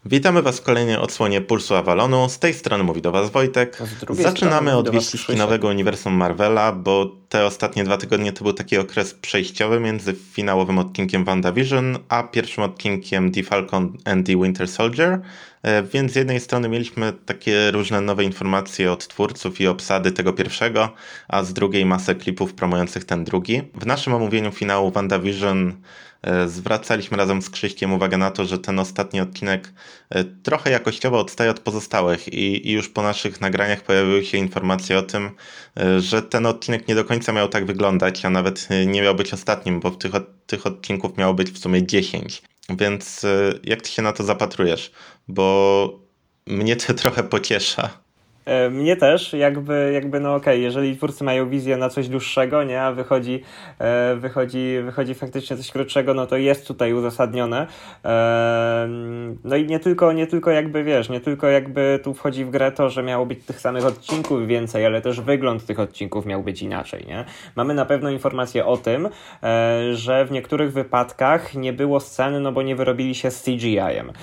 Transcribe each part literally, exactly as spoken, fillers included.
Witamy Was w kolejnej odsłonie Pulsu Avalonu. Z tej strony mówi do Was Wojtek. Zaczynamy od wieści nowego uniwersum Marvela, bo te ostatnie dwa tygodnie to był taki okres przejściowy między finałowym odcinkiem WandaVision a pierwszym odcinkiem The Falcon and the Winter Soldier. Więc z jednej strony mieliśmy takie różne nowe informacje od twórców i obsady tego pierwszego, a z drugiej masę klipów promujących ten drugi. W naszym omówieniu finału WandaVision zwracaliśmy razem z Krzyśkiem uwagę na to, że ten ostatni odcinek trochę jakościowo odstaje od pozostałych i, i już po naszych nagraniach pojawiły się informacje o tym, że ten odcinek nie do końca miał tak wyglądać, a nawet nie miał być ostatnim, bo tych, tych odcinków miało być w sumie dziesięć. Więc jak ty się na to zapatrujesz? Bo mnie to trochę pociesza. Mnie też, jakby, jakby no okej, okay, jeżeli twórcy mają wizję na coś dłuższego, nie, a wychodzi, e, wychodzi, wychodzi faktycznie coś krótszego, no to jest tutaj uzasadnione. E, no i nie tylko, nie tylko jakby, wiesz, nie tylko jakby tu wchodzi w grę to, że miało być tych samych odcinków więcej, ale też wygląd tych odcinków miał być inaczej, nie. Mamy na pewno informację o tym, e, że w niektórych wypadkach nie było sceny, no bo nie wyrobili się z C G I-em.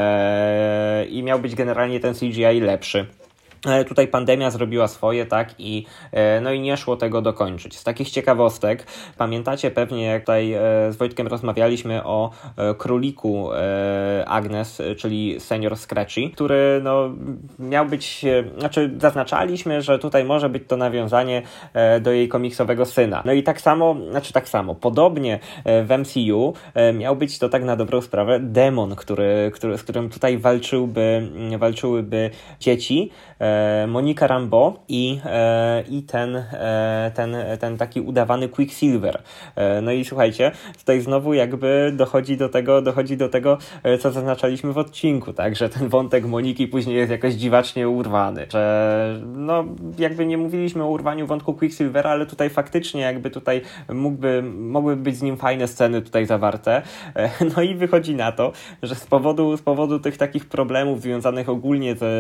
E, I miał być generalnie ten C G I lepszy. Tutaj pandemia zrobiła swoje, tak, i no i nie szło tego dokończyć. Z takich ciekawostek, pamiętacie pewnie, jak tutaj z Wojtkiem rozmawialiśmy o króliku Agnes, czyli Senior Scratchy, który no miał być, znaczy zaznaczaliśmy, że tutaj może być to nawiązanie do jej komiksowego syna. No i tak samo, znaczy tak samo, podobnie w M C U miał być to tak na dobrą sprawę demon, który, który, z którym tutaj walczyłby, walczyłyby dzieci, Monica Rambeau i, i ten, ten, ten taki udawany Quicksilver. No i słuchajcie, tutaj znowu jakby dochodzi do tego, dochodzi do tego, co zaznaczaliśmy w odcinku, tak, że ten wątek Moniki później jest jakoś dziwacznie urwany, że no jakby nie mówiliśmy o urwaniu wątku Quicksilvera, ale tutaj faktycznie jakby tutaj mógłby, mogłyby być z nim fajne sceny tutaj zawarte. No i wychodzi na to, że z powodu, z powodu tych takich problemów związanych ogólnie z,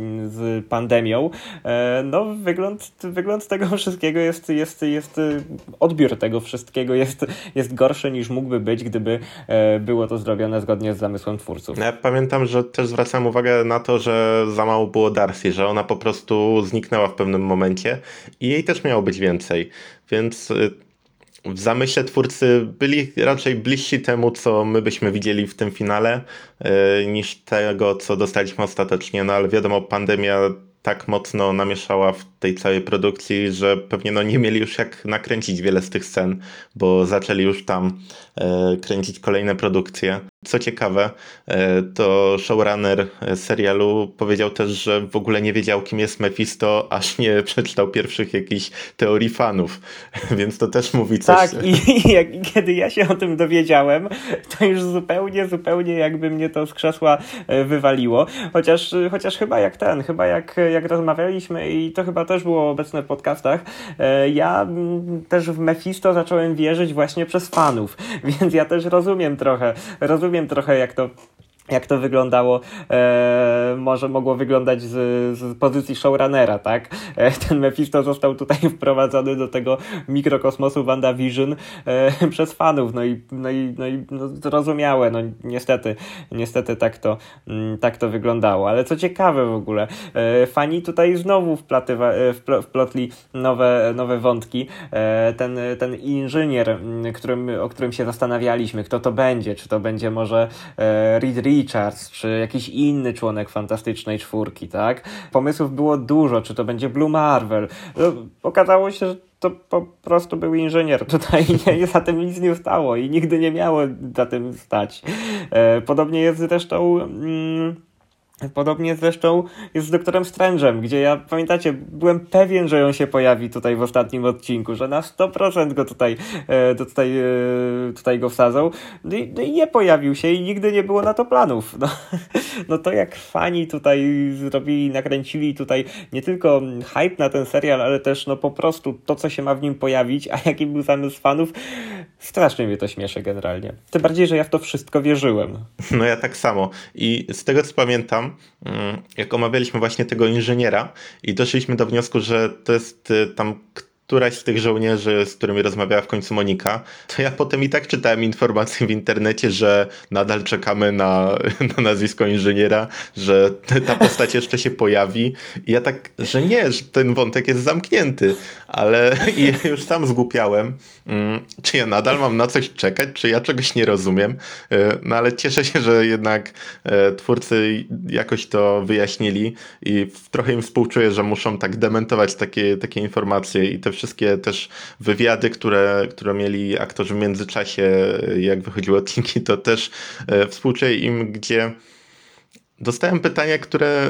z pandemią, no wygląd, wygląd tego wszystkiego jest, jest, jest odbiór tego wszystkiego jest, jest gorszy niż mógłby być, gdyby było to zrobione zgodnie z zamysłem twórców. Ja pamiętam, że też zwracałem uwagę na to, że za mało było Darcy, że ona po prostu zniknęła w pewnym momencie i jej też miało być więcej, więc w zamyśle twórcy byli raczej bliżsi temu, co my byśmy widzieli w tym finale, yy, niż tego, co dostaliśmy ostatecznie, no ale wiadomo, pandemia tak mocno namieszała w tej całej produkcji, że pewnie no nie mieli już jak nakręcić wiele z tych scen, bo zaczęli już tam e, kręcić kolejne produkcje. Co ciekawe, e, to showrunner serialu powiedział też, że w ogóle nie wiedział, kim jest Mephisto, aż nie przeczytał pierwszych jakichś teorii fanów, więc to też mówi coś. Tak, i, i jak, kiedy ja się o tym dowiedziałem, to już zupełnie, zupełnie jakby mnie to z krzesła wywaliło, chociaż, chociaż chyba jak ten, chyba jak, jak rozmawialiśmy i to chyba też było obecne w podcastach, ja też w Mephisto zacząłem wierzyć właśnie przez fanów, więc ja też rozumiem trochę, rozumiem trochę jak to jak to wyglądało, e, może mogło wyglądać z, z pozycji showrunnera, tak? E, ten Mephisto został tutaj wprowadzony do tego mikrokosmosu WandaVision e, przez fanów, no i, no i, no i no, zrozumiałe, no niestety, niestety tak to, m, tak to wyglądało, ale co ciekawe w ogóle, e, fani tutaj znowu wplatywa, e, wpl- wplotli nowe, nowe wątki, e, ten, ten inżynier, którym, o którym się zastanawialiśmy, kto to będzie, czy to będzie może e, Reed Richards, czy jakiś inny członek Fantastycznej Czwórki, tak? Pomysłów było dużo, czy to będzie Blue Marvel. No, okazało się, że to po prostu był inżynier. Tutaj nie, za tym nic nie stało i nigdy nie miało za tym stać. E, podobnie jest zresztą... Mm, Podobnie zresztą jest z doktorem Strange'em, gdzie ja, pamiętacie, byłem pewien, że on się pojawi tutaj w ostatnim odcinku, że na sto procent go tutaj, e, tutaj, e, tutaj go wsadzą. No i, no i nie pojawił się i nigdy nie było na to planów. No, no to jak fani tutaj zrobili, nakręcili tutaj nie tylko hype na ten serial, ale też no po prostu to, co się ma w nim pojawić, a jaki był zamysł fanów, strasznie mnie to śmieszy generalnie. Tym bardziej, że ja w to wszystko wierzyłem. No ja tak samo. I z tego, co pamiętam, jak omawialiśmy właśnie tego inżyniera i doszliśmy do wniosku, że to jest tam któraś z tych żołnierzy, z którymi rozmawiała w końcu Monika, to ja potem i tak czytałem informacje w internecie, że nadal czekamy na, na nazwisko inżyniera, że ta postać jeszcze się pojawi. I ja tak, że nie, że ten wątek jest zamknięty, ale i już sam zgłupiałem. Czy ja nadal mam na coś czekać, czy ja czegoś nie rozumiem? No ale cieszę się, że jednak twórcy jakoś to wyjaśnili i trochę im współczuję, że muszą tak dementować takie, takie informacje i te wszystkie też wywiady, które, które mieli aktorzy w międzyczasie, jak wychodziły odcinki, to też współczuję im, gdzie dostałem pytania, które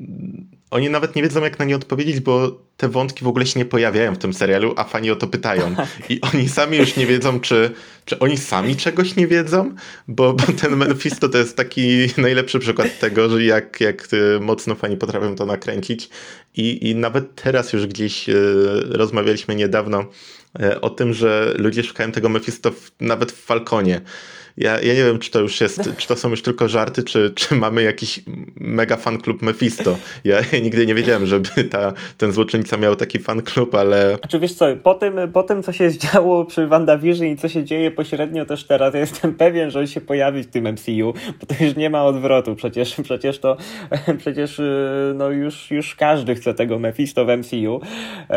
oni nawet nie wiedzą, jak na nie odpowiedzieć, bo te wątki w ogóle się nie pojawiają w tym serialu, a fani o to pytają. I oni sami już nie wiedzą, czy, czy oni sami czegoś nie wiedzą, bo, bo ten Mephisto to jest taki najlepszy przykład tego, że jak, jak mocno fani potrafią to nakręcić. I, i nawet teraz już gdzieś e, rozmawialiśmy niedawno e, o tym, że ludzie szukają tego Mephisto w, nawet w Falconie. Ja, ja nie wiem, czy to już jest, czy to są już tylko żarty, czy, czy mamy jakiś mega fan klub Mephisto. Ja, ja nigdy nie wiedziałem, żeby ta, ten złoczyńca miał taki fan klub, ale... Znaczy wiesz co, po tym, po tym co się działo przy WandaVision i co się dzieje pośrednio też teraz, ja jestem pewien, że on się pojawi w tym M C U, bo to już nie ma odwrotu. Przecież, przecież to, przecież no już, już każdy chce tego Mephisto w M C U.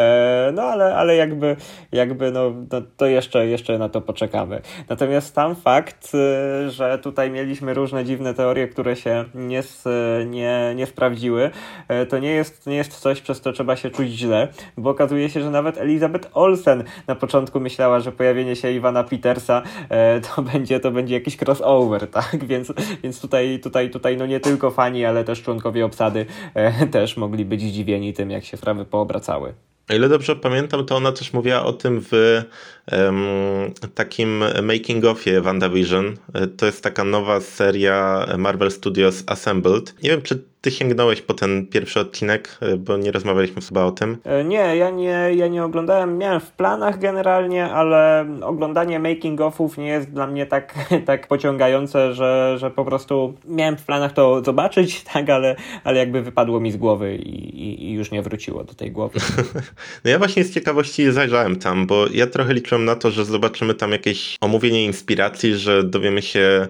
No ale, ale jakby, jakby no, no to jeszcze, jeszcze na to poczekamy. Natomiast sam fakt, że tutaj mieliśmy różne dziwne teorie, które się nie, nie, nie sprawdziły, to nie jest, nie jest coś, przez co trzeba się czuć źle, bo okazuje się, że nawet Elizabeth Olsen na początku myślała, że pojawienie się Ivana Petersa to będzie, to będzie jakiś crossover, tak? Więc, więc tutaj, tutaj, tutaj no nie tylko fani, ale też członkowie obsady też mogli być zdziwieni tym, jak się sprawy poobracały. O ile dobrze pamiętam, to ona też mówiła o tym w um, takim making-offie WandaVision. To jest taka nowa seria Marvel Studios Assembled. Nie wiem, czy ty sięgnąłeś po ten pierwszy odcinek, bo nie rozmawialiśmy chyba o tym. Nie, ja nie, ja nie oglądałem. Miałem w planach generalnie, ale oglądanie making-offów nie jest dla mnie tak, tak pociągające, że, że po prostu miałem w planach to zobaczyć, tak, ale, ale jakby wypadło mi z głowy i, i, i już nie wróciło do tej głowy. No ja właśnie z ciekawości zajrzałem tam, bo ja trochę liczyłem na to, że zobaczymy tam jakieś omówienie inspiracji, że dowiemy się,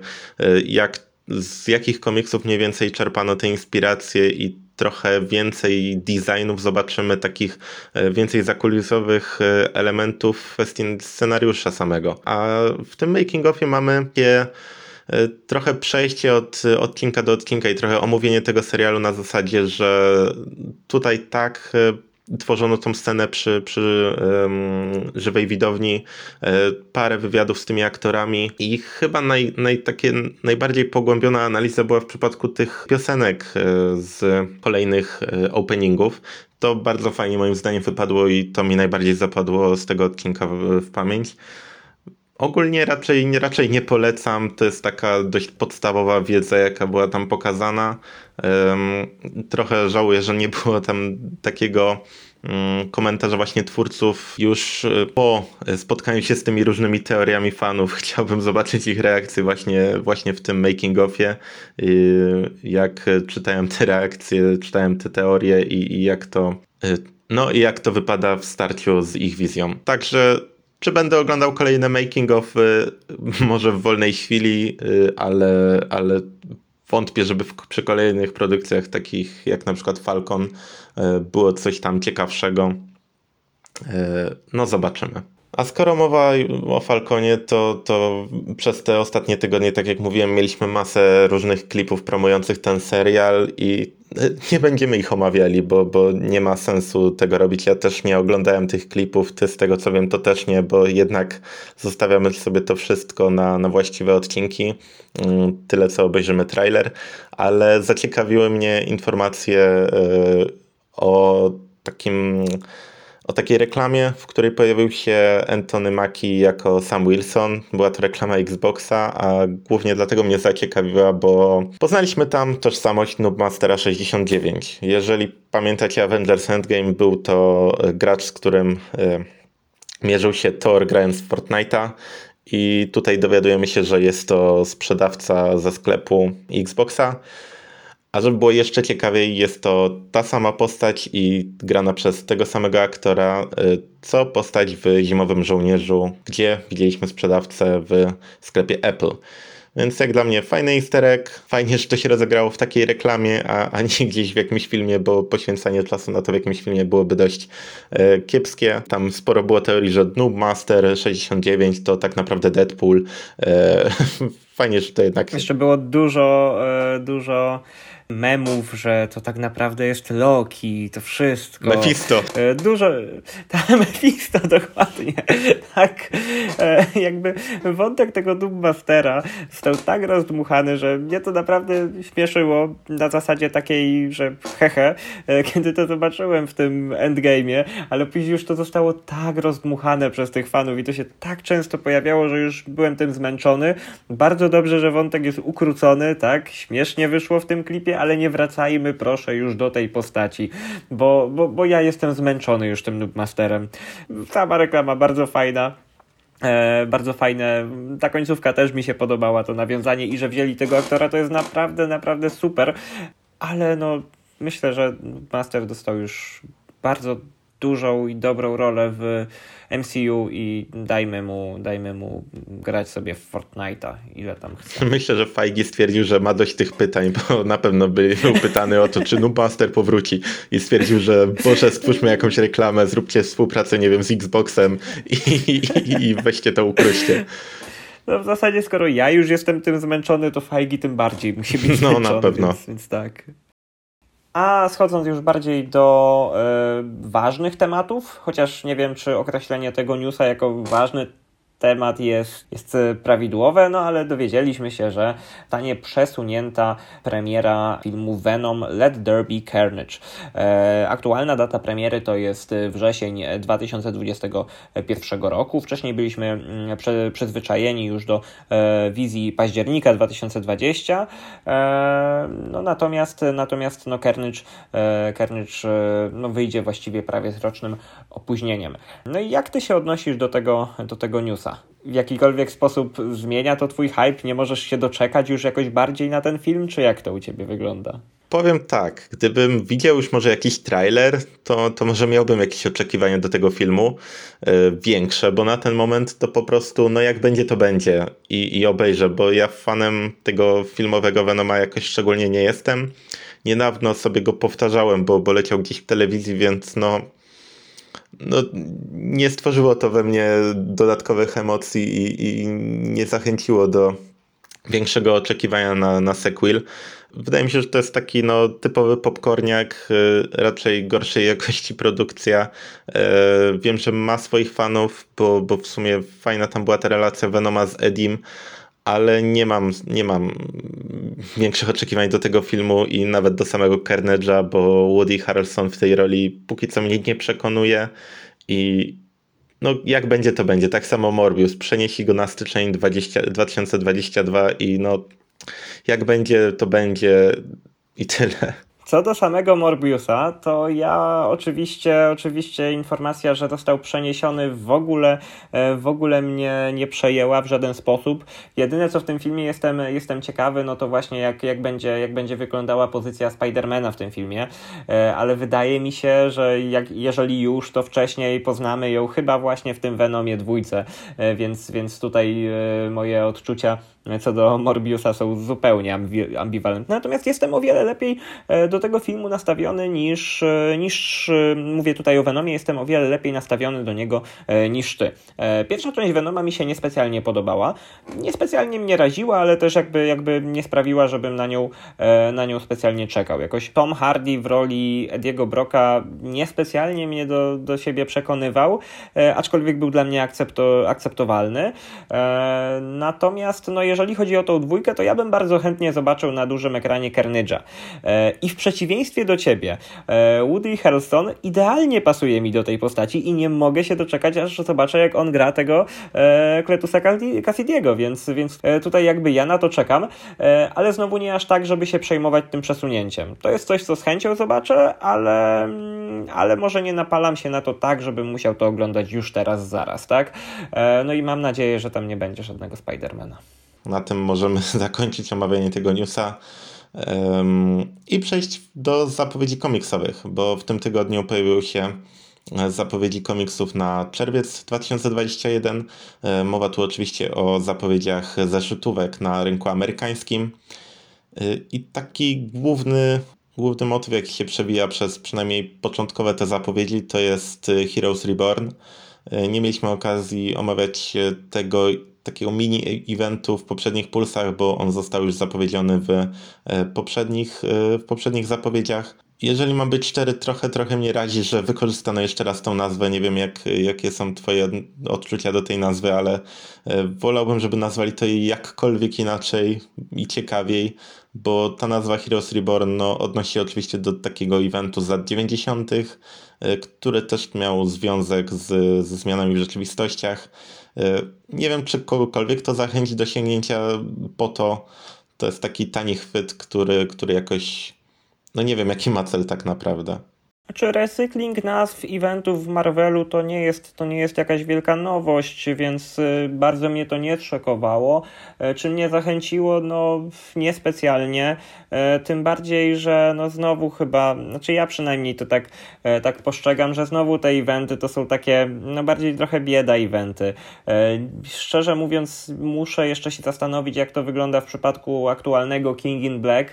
jak z jakich komiksów mniej więcej czerpano te inspiracje i trochę więcej designów zobaczymy, takich więcej zakulisowych elementów w kwestii scenariusza samego. A w tym making-offie mamy takie trochę przejście od odcinka do odcinka i trochę omówienie tego serialu na zasadzie, że tutaj tak tworzono tą scenę przy, przy um, żywej widowni, e, parę wywiadów z tymi aktorami i chyba naj, naj, takie, najbardziej pogłębiona analiza była w przypadku tych piosenek e, z kolejnych e, openingów. To bardzo fajnie moim zdaniem wypadło i to mi najbardziej zapadło z tego odcinka w, w pamięć. Ogólnie raczej, raczej nie polecam, to jest taka dość podstawowa wiedza, jaka była tam pokazana. Um, trochę żałuję, że nie było tam takiego um, komentarza właśnie twórców już po spotkaniu się z tymi różnymi teoriami fanów. Chciałbym zobaczyć ich reakcje właśnie, właśnie w tym making-offie, jak czytałem te reakcje, czytałem te teorie i, i jak to, no i jak to wypada w starciu z ich wizją. Także czy będę oglądał kolejne making-of, może w wolnej chwili, ale, ale wątpię, żeby w, przy kolejnych produkcjach takich jak na przykład Falcon było coś tam ciekawszego. No zobaczymy. A skoro mowa o Falconie, to, to przez te ostatnie tygodnie, tak jak mówiłem, mieliśmy masę różnych klipów promujących ten serial i nie będziemy ich omawiali, bo, bo nie ma sensu tego robić. Ja też nie oglądałem tych klipów, ty z tego co wiem to też nie, bo jednak zostawiamy sobie to wszystko na, na właściwe odcinki. Tyle co obejrzymy trailer, ale zaciekawiły mnie informacje o takim... o takiej reklamie, w której pojawił się Anthony Mackie jako Sam Wilson. Była to reklama Xboxa, a głównie dlatego mnie zaciekawiła, bo poznaliśmy tam tożsamość Noobmastera sześćdziesiąt dziewięć. Jeżeli pamiętacie Avengers Endgame, był to gracz, z którym y, mierzył się Thor grając w Fortnite'a. I tutaj dowiadujemy się, że jest to sprzedawca ze sklepu Xboxa. A żeby było jeszcze ciekawiej, jest to ta sama postać i grana przez tego samego aktora, co postać w Zimowym Żołnierzu, gdzie widzieliśmy sprzedawcę w sklepie Apple. Więc jak dla mnie fajny easter egg, fajnie, że to się rozegrało w takiej reklamie, a, a nie gdzieś w jakimś filmie, bo poświęcanie czasu na to w jakimś filmie byłoby dość e, kiepskie. Tam sporo było teorii, że Noob Master sześćdziesiąt dziewięć to tak naprawdę Deadpool. E, fajnie, że to jednak... Jeszcze było dużo, e, dużo memów, że to tak naprawdę jest Loki, to wszystko. Mephisto. E, dużo... Tak, Mephisto, dokładnie. Tak, e, jakby wątek tego Doommastera został tak rozdmuchany, że mnie to naprawdę śmieszyło na zasadzie takiej, że hehe, e, kiedy to zobaczyłem w tym Endgame'ie, ale później już to zostało tak rozdmuchane przez tych fanów i to się tak często pojawiało, że już byłem tym zmęczony. Bardzo dobrze, że wątek jest ukrócony, tak, śmiesznie wyszło w tym klipie, ale nie wracajmy proszę już do tej postaci, bo, bo, bo ja jestem zmęczony już tym Noobmasterem. Sama reklama bardzo fajna. E, bardzo fajne, ta końcówka też mi się podobała, to nawiązanie i że wzięli tego aktora, to jest naprawdę, naprawdę super, ale no myślę, że Master dostał już bardzo dużą i dobrą rolę w M C U i dajmy mu, dajmy mu grać sobie w Fortnite'a, ile tam chce. Myślę, że Feige stwierdził, że ma dość tych pytań, bo na pewno by był pytany o to, czy Noob Master powróci i stwierdził, że Boże, stwórzmy jakąś reklamę, zróbcie współpracę, nie wiem, z Xboxem i, i, i weźcie to, ukryćcie. No w zasadzie, skoro ja już jestem tym zmęczony, to Feige tym bardziej musi być zmęczony. No na pewno. Więc, więc tak. A schodząc już bardziej do y, ważnych tematów, chociaż nie wiem, czy określenie tego newsa jako ważny temat jest, jest prawidłowe, no ale dowiedzieliśmy się, że zostanie przesunięta premiera filmu Venom Let There Be Carnage. E, aktualna data premiery to jest wrzesień dwa tysiące dwudziestego pierwszego roku. Wcześniej byliśmy prze, przyzwyczajeni już do e, wizji października dwa tysiące dwudziestego. E, no natomiast natomiast no Carnage, e, Carnage e, no wyjdzie właściwie prawie z rocznym opóźnieniem. No i jak ty się odnosisz do tego, do tego newsa? W jakikolwiek sposób zmienia to twój hype? Nie możesz się doczekać już jakoś bardziej na ten film? Czy jak to u ciebie wygląda? Powiem tak, gdybym widział już może jakiś trailer, to, to może miałbym jakieś oczekiwania do tego filmu yy, większe, bo na ten moment to po prostu, no jak będzie, to będzie i, i obejrzę, bo ja fanem tego filmowego Venoma jakoś szczególnie nie jestem. Niedawno sobie go powtarzałem, bo, bo leciał gdzieś w telewizji, więc no... No, nie stworzyło to we mnie dodatkowych emocji i, i nie zachęciło do większego oczekiwania na, na sequel. Wydaje mi się, że to jest taki no, typowy popcorniak, y, raczej gorszej jakości produkcja. Y, wiem, że ma swoich fanów, bo, bo w sumie fajna tam była ta relacja Venoma z Edim, ale nie mam, nie mam większych oczekiwań do tego filmu i nawet do samego Carnage'a, bo Woody Harrelson w tej roli póki co mnie nie przekonuje i no jak będzie, to będzie. Tak samo Morbius. Przenieśli go na styczeń dwa tysiące dwudziesty drugi i no jak będzie, to będzie i tyle. Co do samego Morbiusa, to ja oczywiście, oczywiście informacja, że został przeniesiony w ogóle, w ogóle mnie nie przejęła w żaden sposób. Jedyne co w tym filmie jestem, jestem ciekawy, no to właśnie jak, jak, będzie, jak będzie wyglądała pozycja Spidermana w tym filmie, ale wydaje mi się, że jak, jeżeli już, to wcześniej poznamy ją chyba właśnie w tym Venomie dwójce, więc, więc tutaj moje odczucia co do Morbiusa są zupełnie ambiwalentne. Natomiast jestem o wiele lepiej do tego filmu nastawiony niż, niż mówię tutaj o Venomie, jestem o wiele lepiej nastawiony do niego niż ty. Pierwsza część Venoma mi się niespecjalnie podobała. Niespecjalnie mnie raziła, ale też jakby, jakby nie sprawiła, żebym na nią, na nią specjalnie czekał. Jakoś Tom Hardy w roli Ediego Brocka niespecjalnie mnie do, do siebie przekonywał, aczkolwiek był dla mnie akcepto, akceptowalny. Natomiast no jeżeli chodzi o tą dwójkę, to ja bym bardzo chętnie zobaczył na dużym ekranie Carnage'a. I w przeciwieństwie do ciebie, Woody Harrelson idealnie pasuje mi do tej postaci i nie mogę się doczekać, aż zobaczę, jak on gra tego Cletusa Cassidy'ego, więc, więc tutaj jakby ja na to czekam, ale znowu nie aż tak, żeby się przejmować tym przesunięciem. To jest coś, co z chęcią zobaczę, ale, ale może nie napalam się na to tak, żebym musiał to oglądać już teraz, zaraz, tak? No i mam nadzieję, że tam nie będzie żadnego Spidermana. Na tym możemy zakończyć omawianie tego newsa. I przejść do zapowiedzi komiksowych, bo w tym tygodniu pojawiły się zapowiedzi komiksów na czerwiec dwa tysiące dwudziesty pierwszy. Mowa tu oczywiście o zapowiedziach zeszytówek na rynku amerykańskim. I taki główny, główny motyw, jaki się przewija przez przynajmniej początkowe te zapowiedzi, to jest Heroes Reborn. Nie mieliśmy okazji omawiać tego takiego mini-eventu w poprzednich pulsach, bo on został już zapowiedziany w poprzednich, w poprzednich zapowiedziach. Jeżeli mam być szczery, trochę, trochę mnie razi, że wykorzystano jeszcze raz tą nazwę. Nie wiem, jak, jakie są twoje odczucia do tej nazwy, ale wolałbym, żeby nazwali to jakkolwiek inaczej i ciekawiej, bo ta nazwa Heroes Reborn no, odnosi się oczywiście do takiego eventu z lat dziewięćdziesiątych, który też miał związek z, ze zmianami w rzeczywistościach. Nie wiem, czy kogokolwiek to zachęci do sięgnięcia po to. To jest taki tani chwyt, który, który jakoś, no nie wiem, jaki ma cel tak naprawdę. Czy recykling nazw eventów w Marvelu to nie jest, to nie jest jakaś wielka nowość, więc bardzo mnie to nie zszokowało. Czy mnie zachęciło? No niespecjalnie. Tym bardziej, że no znowu chyba, znaczy ja przynajmniej to tak, tak postrzegam, że znowu te eventy to są takie, no bardziej trochę bieda eventy. Szczerze mówiąc, muszę jeszcze się zastanowić, jak to wygląda w przypadku aktualnego King in Black,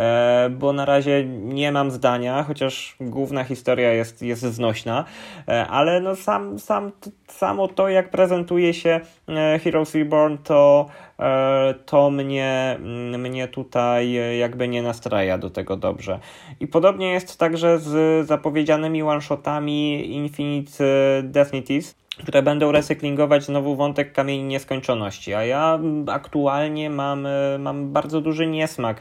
bo na razie nie mam zdania, chociaż główna historia jest, jest znośna, ale no sam, sam, samo to, jak prezentuje się Heroes Reborn, to, to mnie, mnie tutaj jakby nie nastraja do tego dobrze. I podobnie jest także z zapowiedzianymi one-shotami Infinite Destinies, które będą recyklingować znowu wątek Kamieni Nieskończoności, a ja aktualnie mam, mam bardzo duży niesmak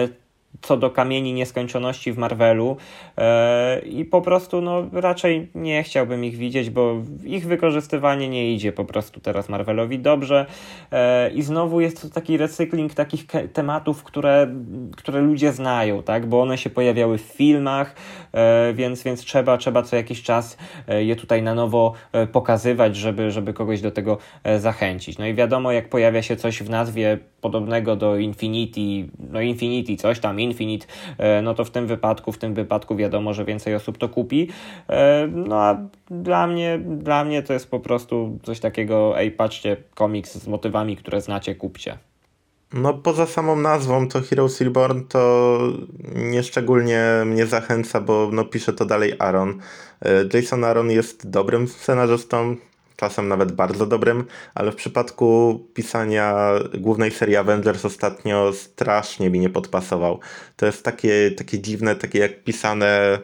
co do Kamieni Nieskończoności w Marvelu yy, i po prostu no raczej nie chciałbym ich widzieć, bo ich wykorzystywanie nie idzie po prostu teraz Marvelowi dobrze yy, i znowu jest to taki recykling takich ke- tematów, które, które ludzie znają, tak, bo one się pojawiały w filmach, yy, więc, więc trzeba, trzeba co jakiś czas yy, je tutaj na nowo yy, pokazywać, żeby, żeby kogoś do tego yy, zachęcić. No i wiadomo, jak pojawia się coś w nazwie podobnego do Infinity, no Infinity, coś tam, Infinite, no to w tym wypadku, w tym wypadku wiadomo, że więcej osób to kupi. No a dla mnie, dla mnie to jest po prostu coś takiego, ej, patrzcie, komiks z motywami, które znacie, kupcie. No poza samą nazwą to Heroes Reborn to nieszczególnie mnie zachęca, bo no pisze to dalej Aaron. Jason Aaron jest dobrym scenarzystą, czasem nawet bardzo dobrym, ale w przypadku pisania głównej serii Avengers ostatnio strasznie mi nie podpasował. To jest takie, takie dziwne, takie jak pisane,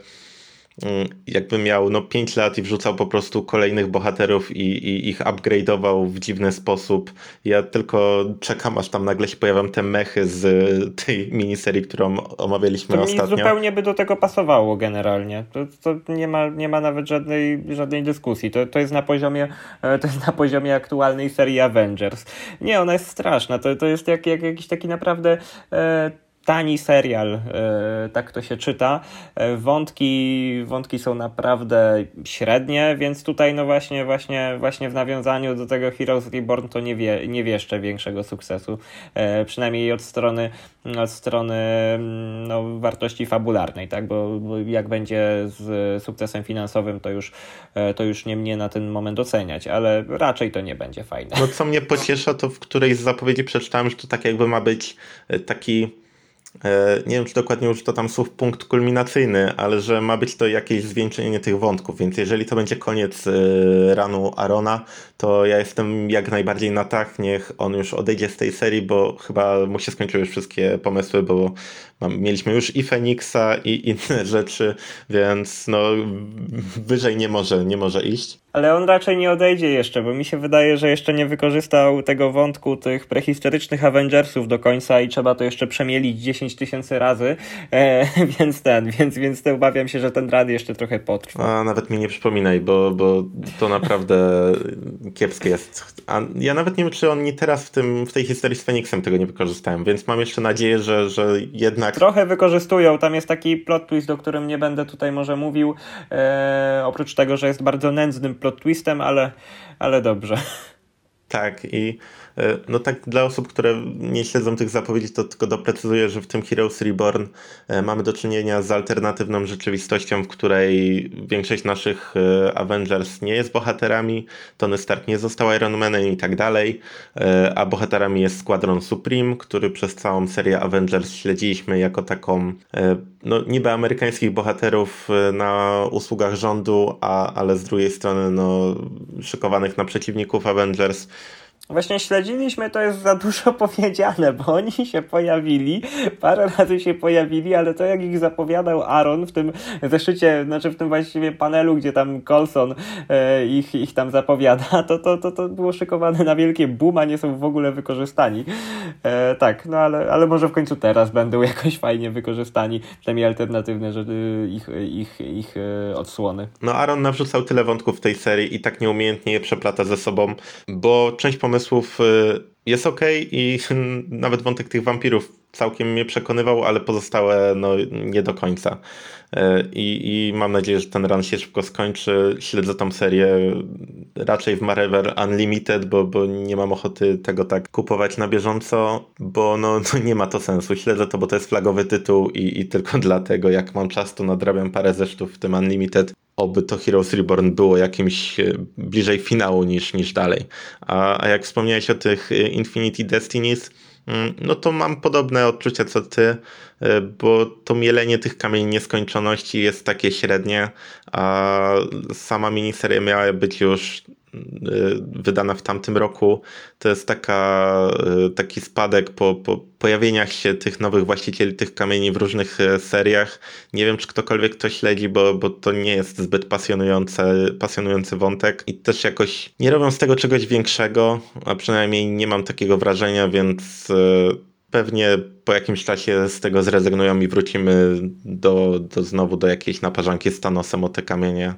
jakby miał no pięć lat i wrzucał po prostu kolejnych bohaterów i, i ich upgrade'ował w dziwny sposób. Ja tylko czekam, aż tam nagle się pojawią te mechy z tej miniserii, którą omawialiśmy to ostatnio. To zupełnie by do tego pasowało generalnie. To, to nie ma, nie ma nawet żadnej, żadnej dyskusji. To, to jest na poziomie, to jest na poziomie aktualnej serii Avengers. Nie, ona jest straszna. To, to jest jak, jak jakiś taki naprawdę e, tani serial, tak to się czyta. Wątki, wątki są naprawdę średnie, więc tutaj no właśnie, właśnie, właśnie w nawiązaniu do tego Heroes Reborn to nie, wie, nie wieszczę większego sukcesu. Przynajmniej od strony, od strony no, wartości fabularnej, tak? Bo, bo jak będzie z sukcesem finansowym, to już, to już nie mnie na ten moment oceniać, ale raczej to nie będzie fajne. No co mnie pociesza, to w którejś z zapowiedzi przeczytałem, że to tak jakby ma być taki, nie wiem, czy dokładnie użyto tam słów punkt kulminacyjny, ale że ma być to jakieś zwieńczenie tych wątków, więc jeżeli to będzie koniec ranu Arona, to ja jestem jak najbardziej na tak, niech on już odejdzie z tej serii, bo chyba mu się skończyły już wszystkie pomysły, bo mam, mieliśmy już i Feniksa i inne rzeczy, więc no wyżej nie może, nie może iść. Ale on raczej nie odejdzie jeszcze, bo mi się wydaje, że jeszcze nie wykorzystał tego wątku tych prehistorycznych Avengersów do końca i trzeba to jeszcze przemielić dziesięć tysięcy razy, e, więc ten, więc, więc to obawiam się, że ten rad jeszcze trochę potrwa. A nawet mi nie przypominaj, bo, bo to naprawdę kiepskie jest. A ja nawet nie wiem, czy oni teraz w, tym, w tej historii z Feniksem tego nie wykorzystają, więc mam jeszcze nadzieję, że, że jednak... Trochę wykorzystują, tam jest taki plot twist, o którym nie będę tutaj może mówił, e, oprócz tego, że jest bardzo nędznym plot twistem, ale, ale dobrze. Tak i No tak dla osób, które nie śledzą tych zapowiedzi, to tylko doprecyzuję, że w tym Heroes Reborn mamy do czynienia z alternatywną rzeczywistością, w której większość naszych Avengers nie jest bohaterami, Tony Stark nie został Iron Manem i tak dalej, a bohaterami jest Squadron Supreme, który przez całą serię Avengers śledziliśmy jako taką, no niby amerykańskich bohaterów na usługach rządu, a, ale z drugiej strony no szykowanych na przeciwników Avengers. Właśnie śledziliśmy, to jest za dużo powiedziane, bo oni się pojawili, parę razy się pojawili, ale to jak ich zapowiadał Aaron w tym zeszycie, znaczy w tym właściwie panelu, gdzie tam Coulson e, ich, ich tam zapowiada, to, to, to, to było szykowane na wielkie boom, a nie są w ogóle wykorzystani. E, tak, no ale, ale może w końcu teraz będą jakoś fajnie wykorzystani, przynajmniej alternatywne że, ich, ich, ich e, odsłony. No Aaron nawrzucał tyle wątków w tej serii i tak nieumiejętnie je przeplata ze sobą, bo część pomysłów jest okej i nawet wątek tych wampirów całkiem mnie przekonywał, ale pozostałe no nie do końca. I, i mam nadzieję, że ten run się szybko skończy. Śledzę tą serię raczej w Marvel Unlimited, bo, bo nie mam ochoty tego tak kupować na bieżąco, bo no, no nie ma to sensu. Śledzę to, bo to jest flagowy tytuł i, i tylko dlatego, jak mam czas, to nadrabiam parę zeszytów w tym Unlimited. Oby to Heroes Reborn było jakimś bliżej finału niż, niż dalej. A, a jak wspomniałeś o tych Infinity Destinies, no to mam podobne odczucia co ty, bo to mielenie tych kamieni nieskończoności jest takie średnie, a sama miniseria miała być już wydana w tamtym roku. To jest taka, taki spadek po, po pojawieniach się tych nowych właścicieli tych kamieni w różnych seriach. Nie wiem, czy ktokolwiek to śledzi, bo, bo to nie jest zbyt pasjonujące, pasjonujący wątek i też jakoś nie robią z tego czegoś większego, a przynajmniej nie mam takiego wrażenia, więc pewnie po jakimś czasie z tego zrezygnują i wrócimy do, do znowu do jakiejś naparzanki z Thanosem o te kamienie.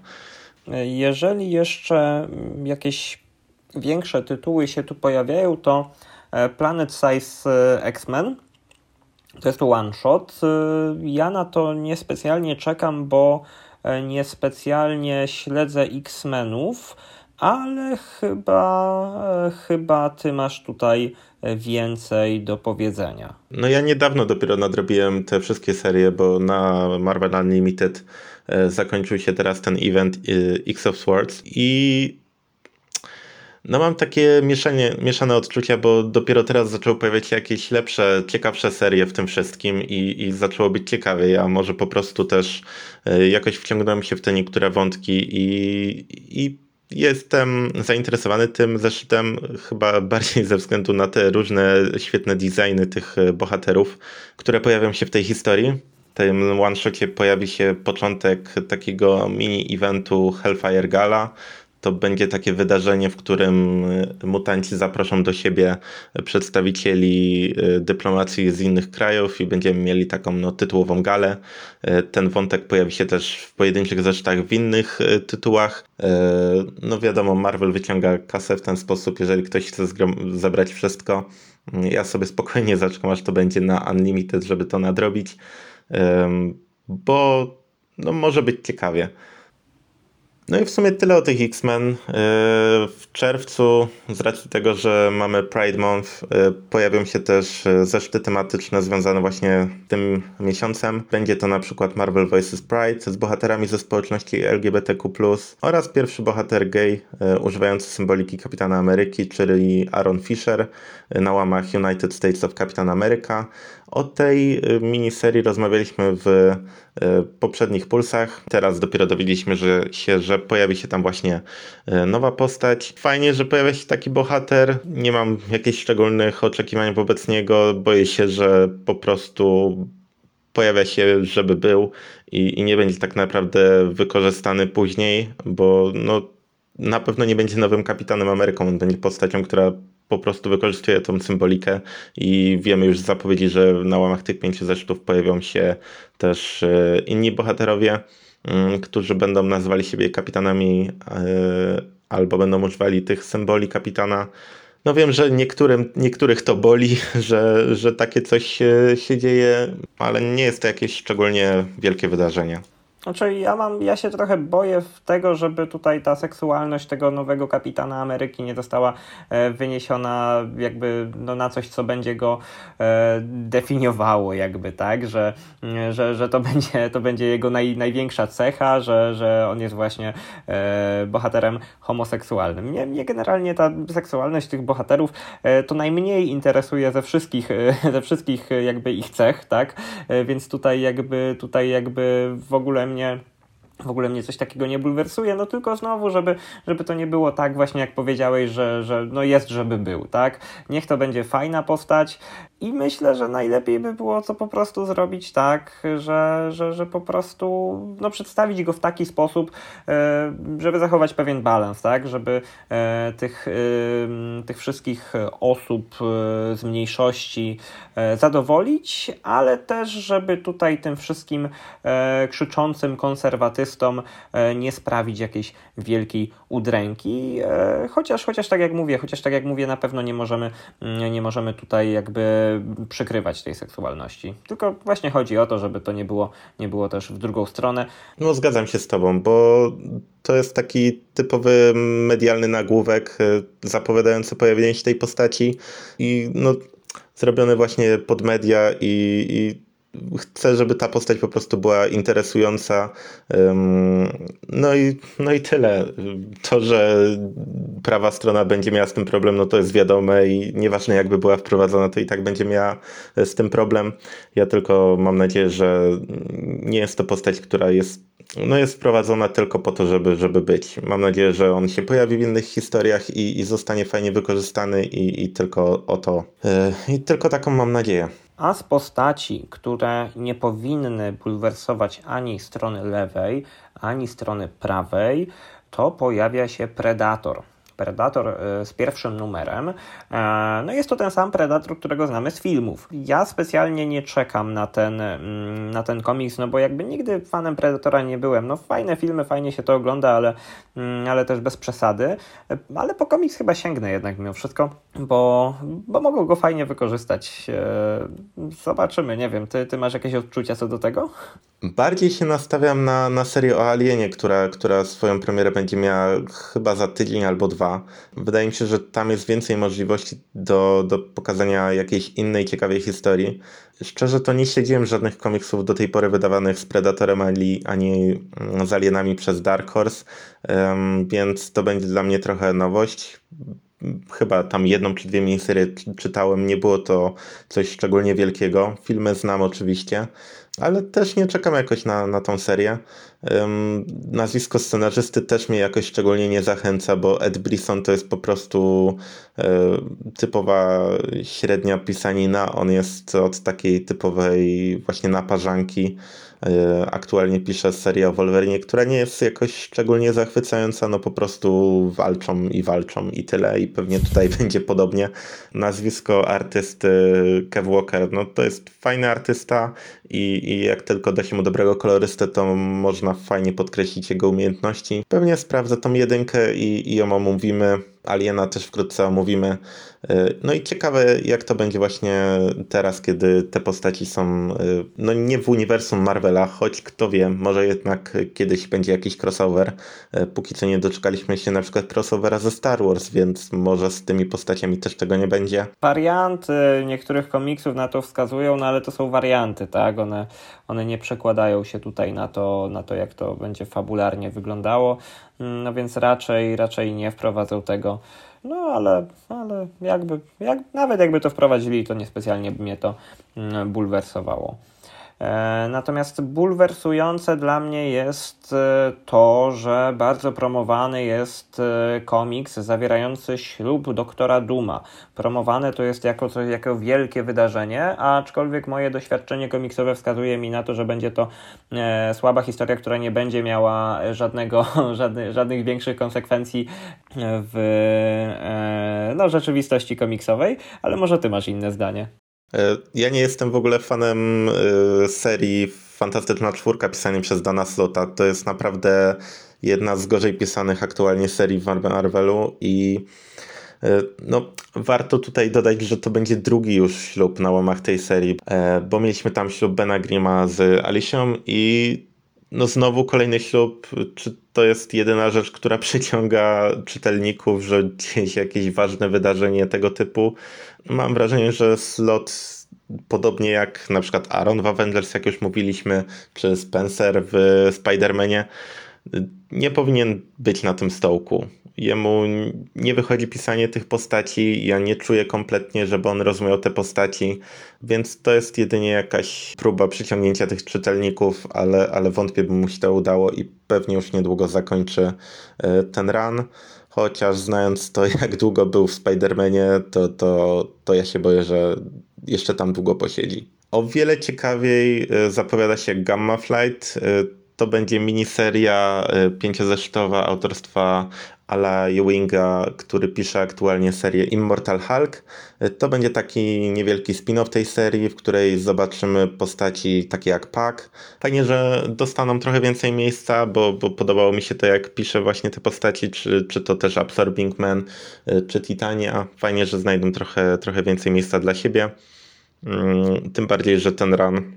Jeżeli jeszcze jakieś większe tytuły się tu pojawiają, to Planet Size X-Men to jest one shot. Ja na to niespecjalnie czekam, bo niespecjalnie śledzę X-Menów, ale chyba, chyba ty masz tutaj więcej do powiedzenia. No ja niedawno dopiero nadrobiłem te wszystkie serie, bo na Marvel Unlimited zakończył się teraz ten event X of Swords i no mam takie mieszanie, mieszane odczucia, bo dopiero teraz zaczęły pojawiać się jakieś lepsze, ciekawsze serie w tym wszystkim i, i zaczęło być ciekawiej, a może po prostu też jakoś wciągnąłem się w te niektóre wątki i, i jestem zainteresowany tym zeszytem chyba bardziej ze względu na te różne świetne designy tych bohaterów, które pojawią się w tej historii. W tym one-shocie pojawi się początek takiego mini-eventu Hellfire Gala. To będzie takie wydarzenie, w którym mutanci zaproszą do siebie przedstawicieli dyplomacji z innych krajów i będziemy mieli taką no, tytułową galę. Ten wątek pojawi się też w pojedynczych zeszytach w innych tytułach. No wiadomo, Marvel wyciąga kasę w ten sposób, jeżeli ktoś chce zgrom- zebrać wszystko. Ja sobie spokojnie zaczekam, aż to będzie na Unlimited, żeby to nadrobić, bo no, może być ciekawie. No i w sumie tyle o tych X-Men. W czerwcu, z racji tego, że mamy Pride Month, pojawią się też zeszyty tematyczne związane właśnie tym miesiącem. Będzie to na przykład Marvel versus. Pride z bohaterami ze społeczności L G B T Q plus, oraz pierwszy bohater gay używający symboliki Kapitana Ameryki, czyli Aaron Fisher na łamach United States of Captain America. O tej miniserii rozmawialiśmy w poprzednich pulsach. Teraz dopiero dowiedzieliśmy że się, że pojawi się tam właśnie nowa postać. Fajnie, że pojawia się taki bohater. Nie mam jakichś szczególnych oczekiwań wobec niego. Boję się, że po prostu pojawia się, żeby był i, i nie będzie tak naprawdę wykorzystany później, bo no, na pewno nie będzie nowym Kapitanem Ameryką. On będzie postacią, która po prostu wykorzystuje tą symbolikę i wiemy już z zapowiedzi, że na łamach tych pięciu zeszytów pojawią się też inni bohaterowie, którzy będą nazywali siebie kapitanami albo będą używali tych symboli kapitana. No wiem, że niektórym, niektórych to boli, że, że takie coś się, się dzieje, ale nie jest to jakieś szczególnie wielkie wydarzenie. Znaczy ja mam, ja się trochę boję tego, żeby tutaj ta seksualność tego nowego Kapitana Ameryki nie została e, wyniesiona jakby no, na coś, co będzie go e, definiowało jakby, tak, że, że, że to będzie, to będzie jego naj, największa cecha, że, że on jest właśnie e, bohaterem homoseksualnym. Mnie, mnie generalnie ta seksualność tych bohaterów e, to najmniej interesuje ze wszystkich, e, ze wszystkich e, jakby ich cech, tak, e, więc tutaj jakby, tutaj jakby w ogóle mnie W ogóle mnie coś takiego nie bulwersuje, no tylko znowu, żeby, żeby to nie było tak właśnie jak powiedziałeś, że, że no jest, żeby był, tak? Niech to będzie fajna postać i myślę, że najlepiej by było to po prostu zrobić tak, że, że, że po prostu no przedstawić go w taki sposób, żeby zachować pewien balans, tak? Żeby tych, tych wszystkich osób z mniejszości zadowolić, ale też żeby tutaj tym wszystkim krzyczącym konserwatystom nie sprawić jakiejś wielkiej udręki, chociaż, chociaż tak jak mówię, chociaż tak jak mówię, na pewno nie możemy, nie możemy tutaj jakby przykrywać tej seksualności. Tylko właśnie chodzi o to, żeby to nie było, nie było też w drugą stronę. No zgadzam się z tobą, bo to jest taki typowy medialny nagłówek zapowiadający pojawienie się tej postaci i no zrobiony właśnie pod media i, i chcę, żeby ta postać po prostu była interesująca. No i, no i tyle. To, że prawa strona będzie miała z tym problem, no to jest wiadome i nieważne jakby była wprowadzona, to i tak będzie miała z tym problem. Ja tylko mam nadzieję, że nie jest to postać, która jest, no jest wprowadzona tylko po to, żeby, żeby być. Mam nadzieję, że on się pojawi w innych historiach i, i zostanie fajnie wykorzystany i, i tylko o to. I tylko taką mam nadzieję. A z postaci, które nie powinny bulwersować ani strony lewej, ani strony prawej, to pojawia się Predator. Predator z pierwszym numerem. No jest to ten sam Predator, którego znamy z filmów. Ja specjalnie nie czekam na ten, na ten komiks, no bo jakby nigdy fanem Predatora nie byłem. No fajne filmy, fajnie się to ogląda, ale, ale też bez przesady. Ale po komiks chyba sięgnę jednak mimo wszystko, bo, bo mogą go fajnie wykorzystać. Zobaczymy, nie wiem, ty, ty masz jakieś odczucia co do tego? Bardziej się nastawiam na, na serię o Alienie, która, która swoją premierę będzie miała chyba za tydzień albo dwa. Wydaje mi się, że tam jest więcej możliwości do, do pokazania jakiejś innej ciekawej historii. Szczerze to nie śledziłem żadnych komiksów do tej pory wydawanych z Predatorem ani, ani z Alienami przez Dark Horse, um, więc to będzie dla mnie trochę nowość. Chyba tam jedną czy dwie miniserie czytałem, nie było to coś szczególnie wielkiego. Filmy znam oczywiście, ale też nie czekam jakoś na, na tą serię. Um, nazwisko scenarzysty też mnie jakoś szczególnie nie zachęca, bo Ed Brisson to jest po prostu e, typowa średnia pisanina. On jest od takiej typowej właśnie naparzanki. E, aktualnie pisze serię o Wolverinie, która nie jest jakoś szczególnie zachwycająca, no po prostu walczą i walczą i tyle i pewnie tutaj będzie podobnie. Nazwisko artysty Kev Walker, no to jest fajny artysta i, i jak tylko da się mu dobrego kolorystę, to można fajnie podkreślić jego umiejętności. Pewnie sprawdzę tą jedynkę i, i ją omówimy. Aliena też wkrótce omówimy. No i ciekawe, jak to będzie właśnie teraz, kiedy te postaci są no nie w uniwersum Marvela, choć kto wie, może jednak kiedyś będzie jakiś crossover. Póki co nie doczekaliśmy się na przykład crossovera ze Star Wars, więc może z tymi postaciami też tego nie będzie. Warianty niektórych komiksów na to wskazują, no ale to są warianty, tak? One, one nie przekładają się tutaj na to, na to, jak to będzie fabularnie wyglądało. No więc raczej, raczej nie wprowadzą tego. No ale, ale jakby, jak, nawet jakby to wprowadzili, to niespecjalnie by mnie to bulwersowało. E, natomiast bulwersujące dla mnie jest e, to, że bardzo promowany jest e, komiks zawierający ślub doktora Dooma. Promowane to jest jako, coś, jako wielkie wydarzenie, aczkolwiek moje doświadczenie komiksowe wskazuje mi na to, że będzie to e, słaba historia, która nie będzie miała żadnego, żadny, żadnych większych konsekwencji w e, no, rzeczywistości komiksowej, ale może ty masz inne zdanie. Ja nie jestem w ogóle fanem serii Fantastyczna Czwórka pisanej przez Dana Slotta. To jest naprawdę jedna z gorzej pisanych aktualnie serii w Marvelu i no, warto tutaj dodać, że to będzie drugi już ślub na łamach tej serii, bo mieliśmy tam ślub Bena Grima z Alicją i No znowu kolejny ślub, czy to jest jedyna rzecz, która przyciąga czytelników, że gdzieś jakieś ważne wydarzenie tego typu? Mam wrażenie, że Slott, podobnie jak na przykład Aaron w Avengers, jak już mówiliśmy, czy Spencer w Spider-Manie, nie powinien być na tym stołku. Jemu nie wychodzi pisanie tych postaci, ja nie czuję kompletnie, żeby on rozumiał te postaci, więc to jest jedynie jakaś próba przyciągnięcia tych czytelników, ale, ale wątpię, by mu się to udało i pewnie już niedługo zakończy ten run. Chociaż znając to, jak długo był w Spider-Manie, to, to, to ja się boję, że jeszcze tam długo posiedzi. O wiele ciekawiej zapowiada się Gamma Flight. To będzie miniseria pięciozeszytowa autorstwa Ala Ewinga, który pisze aktualnie serię Immortal Hulk. To będzie taki niewielki spin-off tej serii, w której zobaczymy postaci takie jak Pac. Fajnie, że dostaną trochę więcej miejsca, bo, bo podobało mi się to, jak pisze właśnie te postaci, czy, czy to też Absorbing Man, czy Titania. Fajnie, że znajdą trochę, trochę więcej miejsca dla siebie. Tym bardziej, że ten run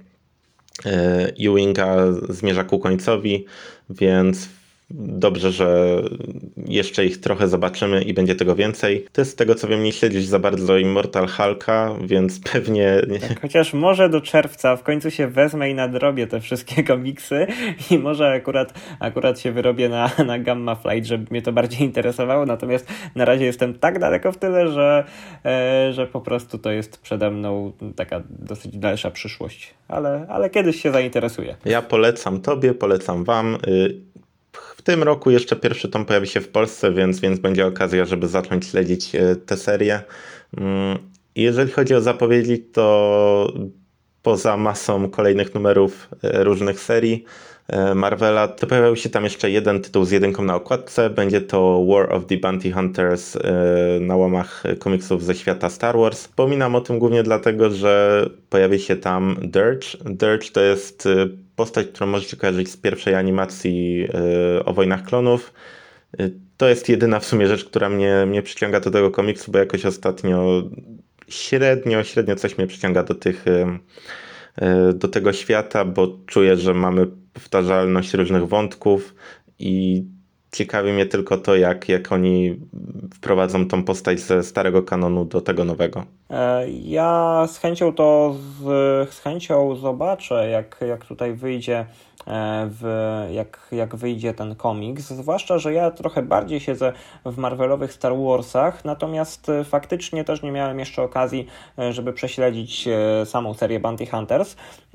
Ewinga zmierza ku końcowi, więc dobrze, że jeszcze ich trochę zobaczymy i będzie tego więcej. Ty z tego co wiem nie śledzisz za bardzo Immortal Hulka, więc pewnie... Tak, chociaż może do czerwca w końcu się wezmę i nadrobię te wszystkie komiksy i może akurat, akurat się wyrobię na, na Gamma Flight, żeby mnie to bardziej interesowało, natomiast na razie jestem tak daleko w tyle, że, e, że po prostu to jest przede mną taka dosyć dalsza przyszłość, ale, ale kiedyś się zainteresuję. Ja polecam tobie, polecam wam. W tym roku jeszcze pierwszy tom pojawi się w Polsce, więc, więc będzie okazja, żeby zacząć śledzić tę serię. Jeżeli chodzi o zapowiedzi, to poza masą kolejnych numerów różnych serii Marvela, to pojawił się tam jeszcze jeden tytuł z jedynką na okładce. Będzie to War of the Bounty Hunters na łamach komiksów ze świata Star Wars. Wspominam o tym głównie dlatego, że pojawi się tam Dirge. Dirge to jest postać, którą możecie kojarzyć z pierwszej animacji o Wojnach Klonów. To jest jedyna w sumie rzecz, która mnie, mnie przyciąga do tego komiksu, bo jakoś ostatnio średnio, średnio coś mnie przyciąga do tych, do tego świata, bo czuję, że mamy powtarzalność różnych wątków i ciekawi mnie tylko to, jak, jak oni wprowadzą tą postać ze starego kanonu do tego nowego. Ja z chęcią to z, z chęcią zobaczę, jak, jak tutaj wyjdzie w, jak, jak wyjdzie ten komiks, zwłaszcza, że ja trochę bardziej siedzę w Marvelowych Star Warsach, natomiast faktycznie też nie miałem jeszcze okazji, żeby prześledzić samą serię Bounty Hunters,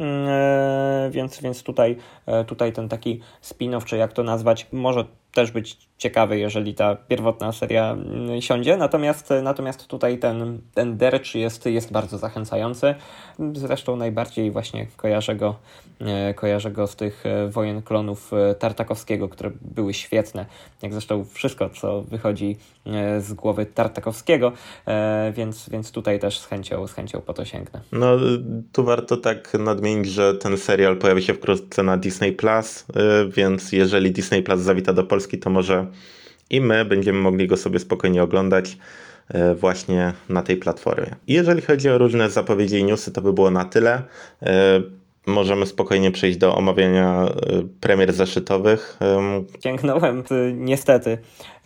więc, więc tutaj, tutaj ten taki spin-off, czy jak to nazwać, może też być ciekawy, jeżeli ta pierwotna seria siądzie, natomiast, natomiast tutaj ten, ten Dirge jest, jest bardzo zachęcający. Zresztą najbardziej właśnie kojarzę go, kojarzę go z tych Wojen Klonów Tartakowskiego, które były świetne, jak zresztą wszystko, co wychodzi z głowy Tartakowskiego, więc, więc tutaj też z chęcią, z chęcią po to sięgnę. No tu warto tak nadmienić, że ten serial pojawi się wkrótce na Disney Plus, więc jeżeli Disney Plus zawita do Polski, to może i my będziemy mogli go sobie spokojnie oglądać właśnie na tej platformie. I jeżeli chodzi o różne zapowiedzi i newsy, to by było na tyle. Możemy spokojnie przejść do omawiania premier zeszytowych. Sięgnąłem niestety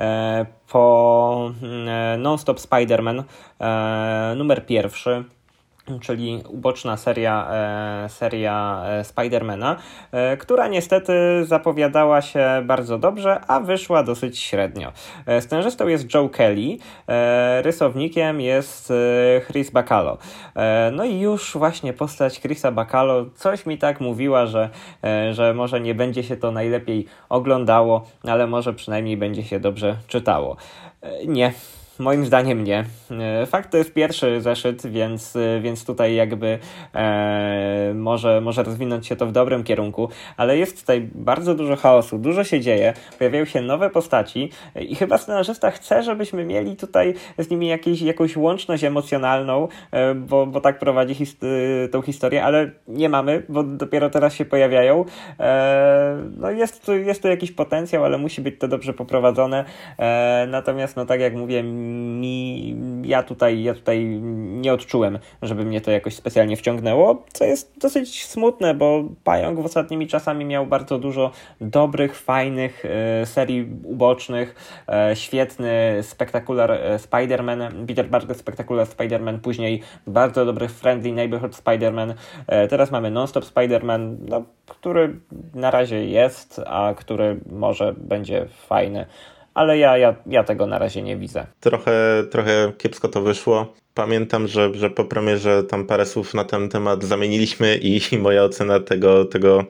po Non-Stop Spider-Man numer pierwszy, czyli uboczna seria, e, seria Spidermana, e, która niestety zapowiadała się bardzo dobrze, a wyszła dosyć średnio. E, scenarzystą jest Joe Kelly, e, rysownikiem jest e, Chris Bacalo. E, no i już właśnie postać Chrisa Bacalo coś mi tak mówiła, że, e, że może nie będzie się to najlepiej oglądało, ale może przynajmniej będzie się dobrze czytało. E, nie. Moim zdaniem nie. Fakt, to jest pierwszy zeszyt, więc, więc tutaj jakby e, może, może rozwinąć się to w dobrym kierunku, ale jest tutaj bardzo dużo chaosu, dużo się dzieje, pojawiają się nowe postaci i chyba scenarzysta chce, żebyśmy mieli tutaj z nimi jakieś, jakąś łączność emocjonalną, e, bo, bo tak prowadzi hist- tą historię, ale nie mamy, bo dopiero teraz się pojawiają. E, no jest, jest tu jakiś potencjał, ale musi być to dobrze poprowadzone. E, natomiast no tak jak mówię, mi, ja tutaj, ja tutaj nie odczułem, żeby mnie to jakoś specjalnie wciągnęło, co jest dosyć smutne, bo Pająk w ostatnimi czasami miał bardzo dużo dobrych, fajnych e, serii ubocznych, e, świetny Spectacular Spider-Man, Peter Parker Spectacular Spider-Man, później bardzo dobry Friendly Neighborhood Spider-Man, e, teraz mamy Non-Stop Spider-Man, no, który na razie jest, a który może będzie fajny. Ale ja, ja, ja tego na razie nie widzę. Trochę, trochę kiepsko to wyszło. Pamiętam, że, że po premierze tam parę słów na ten temat zamieniliśmy i, i moja ocena tego, tego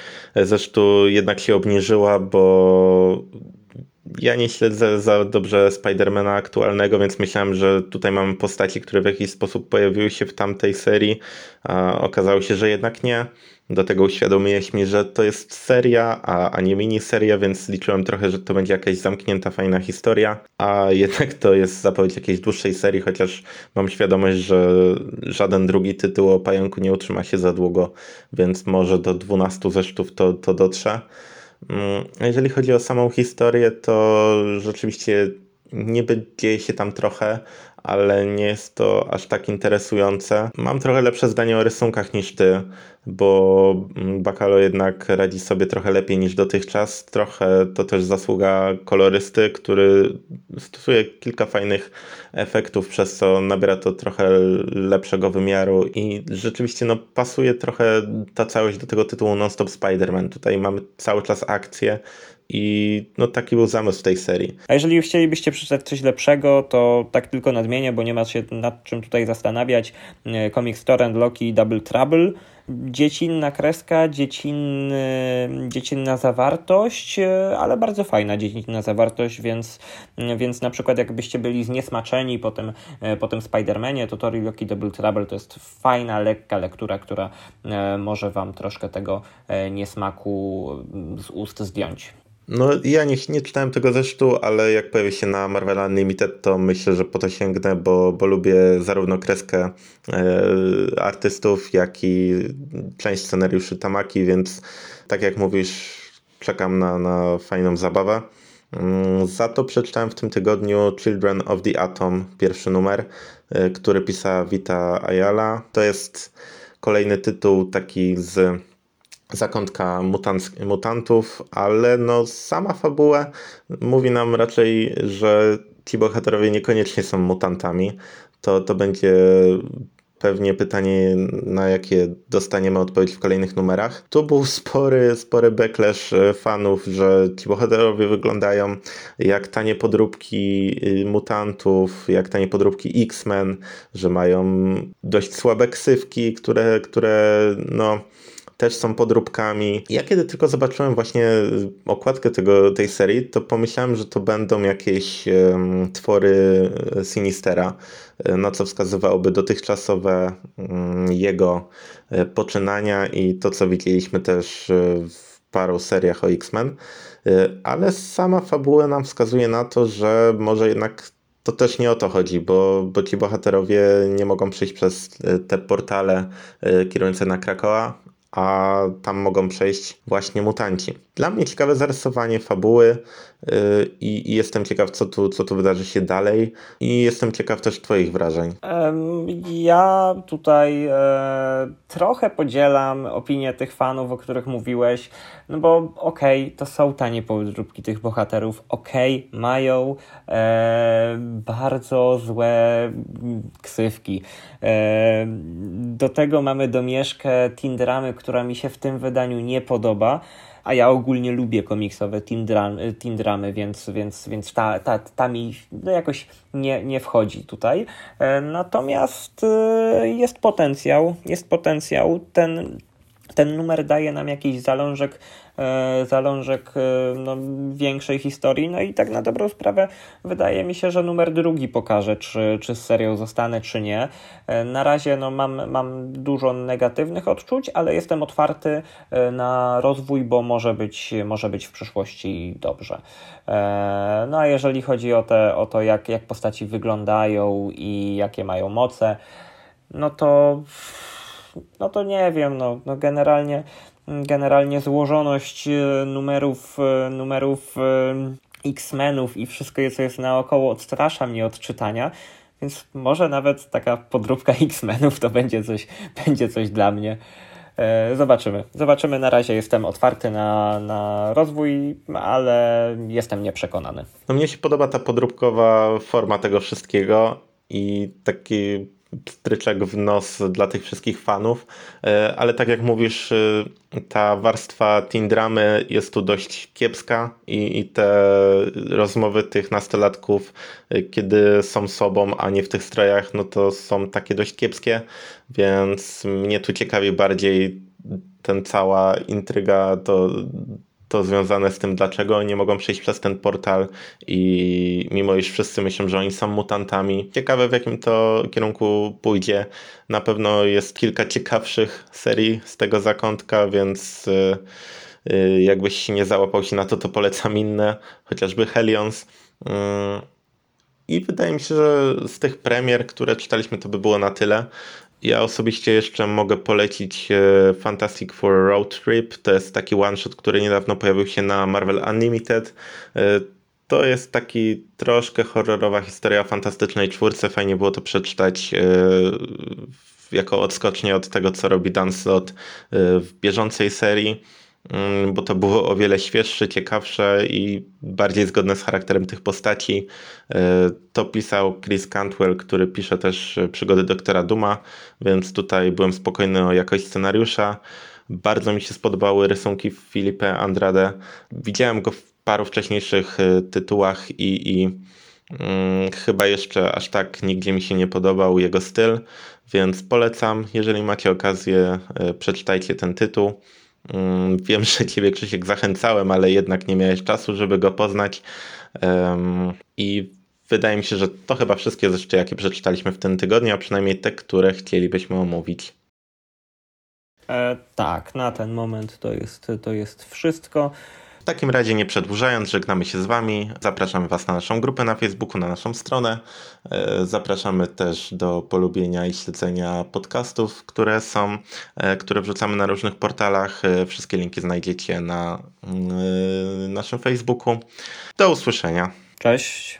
zresztą jednak się obniżyła, bo ja nie śledzę za dobrze Spidermana aktualnego, więc myślałem, że tutaj mamy postaci, które w jakiś sposób pojawiły się w tamtej serii, a okazało się, że jednak nie. Do tego uświadomiłeś mi, że to jest seria, a, a nie miniseria, więc liczyłem trochę, że to będzie jakaś zamknięta, fajna historia, a jednak to jest zapowiedź jakiejś dłuższej serii, chociaż mam świadomość, że żaden drugi tytuł o Pająku nie utrzyma się za długo, więc może do dwunastu zesztów to, to dotrze. A jeżeli chodzi o samą historię, to rzeczywiście niby dzieje się tam trochę, ale nie jest to aż tak interesujące. Mam trochę lepsze zdanie o rysunkach niż ty, bo Bacalo jednak radzi sobie trochę lepiej niż dotychczas. Trochę to też zasługa kolorysty, który stosuje kilka fajnych efektów, przez co nabiera to trochę lepszego wymiaru i rzeczywiście no, pasuje trochę ta całość do tego tytułu Non-Stop Spider-Man. Tutaj mamy cały czas akcję. I no taki był zamysł w tej serii. A jeżeli chcielibyście przeczytać coś lepszego, to tak tylko nadmienię, bo nie ma się nad czym tutaj zastanawiać. Comics Torrent, Loki, Double Trouble. Dziecinna kreska, dziecinny, dziecinna zawartość, ale bardzo fajna dziecinna zawartość, więc, więc na przykład jakbyście byli zniesmaczeni po tym, po tym Spider-Manie, to Tori Loki Double Trouble to jest fajna, lekka lektura, która może wam troszkę tego niesmaku z ust zdjąć. No ja nie, nie czytałem tego zresztą, ale jak pojawi się na Marvel Unlimited, to myślę, że po to sięgnę, bo, bo lubię zarówno kreskę e, artystów, jak i część scenariuszy Tamaki, więc tak jak mówisz, czekam na, na fajną zabawę. Za to przeczytałem w tym tygodniu Children of the Atom, pierwszy numer, e, który pisała Vita Ayala. To jest kolejny tytuł taki z zakątka mutant, mutantów, ale no sama fabuła mówi nam raczej, że ci bohaterowie niekoniecznie są mutantami. To, to będzie pewnie pytanie, na jakie dostaniemy odpowiedź w kolejnych numerach. Tu był spory, spory backlash fanów, że ci bohaterowie wyglądają jak tanie podróbki mutantów, jak tanie podróbki X-Men, że mają dość słabe ksywki, które, które no też są podróbkami. Ja kiedy tylko zobaczyłem właśnie okładkę tego, tej serii, to pomyślałem, że to będą jakieś um, twory Sinistera, na co wskazywałoby dotychczasowe um, jego poczynania i to, co widzieliśmy też w paru seriach o X-Men. Ale sama fabuła nam wskazuje na to, że może jednak to też nie o to chodzi, bo, bo ci bohaterowie nie mogą przejść przez te portale kierujące na Krakoa, a tam mogą przejść właśnie mutanci. Dla mnie ciekawe zarysowanie fabuły yy, i jestem ciekaw, co tu, co tu wydarzy się dalej i jestem ciekaw też twoich wrażeń. Ja tutaj e, trochę podzielam opinię tych fanów, o których mówiłeś, no bo okej, okay, to są tanie podróbki tych bohaterów, okej, okay, mają e, bardzo złe ksywki. E, do tego mamy domieszkę teen dramy, która mi się w tym wydaniu nie podoba, a ja ogólnie lubię komiksowe teen, dram, teen dramy, więc, więc, więc ta, ta, ta mi no jakoś nie, nie wchodzi tutaj. E, natomiast e, jest potencjał, jest potencjał. Ten, ten numer daje nam jakiś zalążek, e, zalążek e, no, większej historii, no i tak na dobrą sprawę wydaje mi się, że numer drugi pokaże, czy, czy z serią zostanę, czy nie. E, na razie no, mam, mam dużo negatywnych odczuć, ale jestem otwarty e, na rozwój, bo może być, może być w przyszłości dobrze. E, no a jeżeli chodzi o, te, o to, jak, jak postaci wyglądają i jakie mają moce, no to no to nie wiem, no, no generalnie, generalnie złożoność numerów, numerów X-Menów i wszystko, co jest naokoło, odstrasza mnie od czytania, więc może nawet taka podróbka X-Menów to będzie coś, będzie coś dla mnie. Zobaczymy. Zobaczymy. Na razie jestem otwarty na, na rozwój, ale jestem nieprzekonany. No mnie się podoba ta podróbkowa forma tego wszystkiego i taki stryczek w nos dla tych wszystkich fanów, ale tak jak mówisz, ta warstwa teen dramy jest tu dość kiepska i, i te rozmowy tych nastolatków, kiedy są sobą, a nie w tych strojach, no to są takie dość kiepskie, więc mnie tu ciekawi bardziej ten cała intryga, to to związane z tym, dlaczego nie mogą przejść przez ten portal i mimo iż wszyscy myślą, że oni są mutantami. Ciekawe, w jakim to kierunku pójdzie. Na pewno jest kilka ciekawszych serii z tego zakątka, więc yy, jakbyś nie załapał się na to, to polecam inne, chociażby Hellions. Yy. I wydaje mi się, że z tych premier, które czytaliśmy, to by było na tyle. Ja osobiście jeszcze mogę polecić Fantastic Four Road Trip. To jest taki one-shot, który niedawno pojawił się na Marvel Unlimited. To jest taki troszkę horrorowa historia o fantastycznej czwórce. Fajnie było to przeczytać jako odskocznie od tego, co robi Dan Slott w bieżącej serii, bo to było o wiele świeższe, ciekawsze i bardziej zgodne z charakterem tych postaci. To pisał Chris Cantwell, który pisze też Przygody Doktora Dooma, więc tutaj byłem spokojny o jakość scenariusza. Bardzo mi się spodobały rysunki Filipe Andrade. Widziałem go w paru wcześniejszych tytułach i, i hmm, chyba jeszcze aż tak nigdzie mi się nie podobał jego styl, więc polecam. Jeżeli macie okazję, przeczytajcie ten tytuł. Wiem, że Ciebie, Krzysiek, zachęcałem, ale jednak nie miałeś czasu, żeby go poznać. Um, I wydaje mi się, że to chyba wszystkie rzeczy, jakie przeczytaliśmy w tym tygodniu, a przynajmniej te, które chcielibyśmy omówić. E, tak, na ten moment to jest, to jest wszystko. W takim razie, nie przedłużając, żegnamy się z Wami. Zapraszamy Was na naszą grupę na Facebooku, na naszą stronę. Zapraszamy też do polubienia i śledzenia podcastów, które są, które wrzucamy na różnych portalach. Wszystkie linki znajdziecie na naszym Facebooku. Do usłyszenia. Cześć.